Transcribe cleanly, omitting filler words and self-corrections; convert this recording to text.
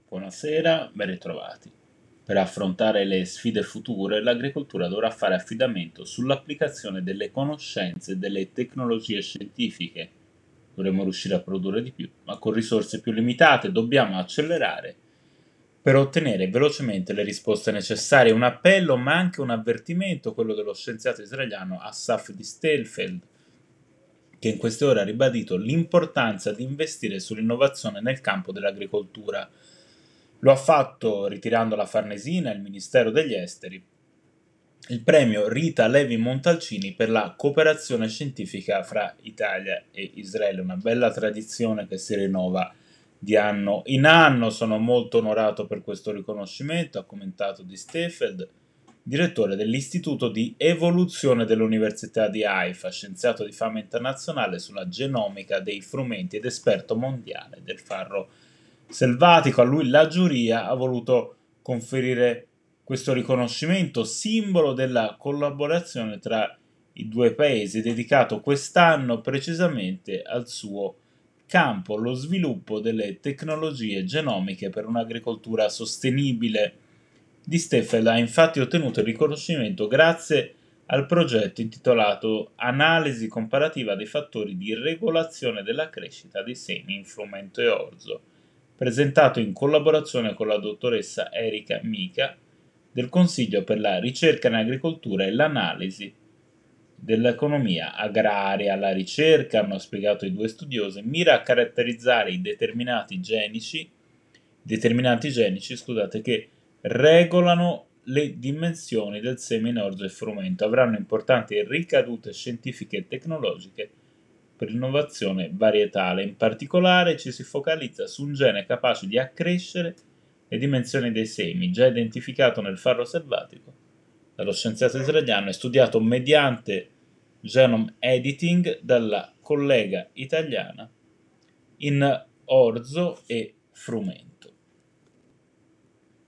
Buonasera, ben ritrovati. Per affrontare le sfide future, l'agricoltura dovrà fare affidamento sull'applicazione delle conoscenze e delle tecnologie scientifiche. Dovremmo riuscire a produrre di più, ma con risorse più limitate dobbiamo accelerare per ottenere velocemente le risposte necessarie. Un appello, ma anche un avvertimento, quello dello scienziato israeliano Assaf di Stelfeld, che in queste ore ha ribadito l'importanza di investire sull'innovazione nel campo dell'agricoltura. Lo ha fatto ritirando alla Farnesina, il Ministero degli Esteri, il premio Rita Levi Montalcini per la cooperazione scientifica fra Italia e Israele, una bella tradizione che si rinnova di anno in anno. Sono molto onorato per questo riconoscimento, ha commentato Di Stefeld, direttore dell'Istituto di Evoluzione dell'Università di Haifa, scienziato di fama internazionale sulla genomica dei frumenti ed esperto mondiale del farro selvatico. A lui la giuria ha voluto conferire questo riconoscimento, simbolo della collaborazione tra i due paesi, dedicato quest'anno precisamente al suo campo, lo sviluppo delle tecnologie genomiche per un'agricoltura sostenibile. Di Steffel ha infatti ottenuto il riconoscimento grazie al progetto intitolato Analisi comparativa dei fattori di regolazione della crescita dei semi in frumento e orzo, presentato in collaborazione con la dottoressa Erika Mica del Consiglio per la ricerca in agricoltura e l'analisi dell'economia agraria. La ricerca, hanno spiegato i due studiosi, mira a caratterizzare i determinanti genici, che regolano le dimensioni del seme in orzo e frumento, avranno importanti ricadute scientifiche e tecnologiche per l'innovazione varietale. In particolare ci si focalizza su un gene capace di accrescere le dimensioni dei semi, già identificato nel farro selvatico dallo scienziato israeliano e studiato mediante genome editing dalla collega italiana in orzo e frumento.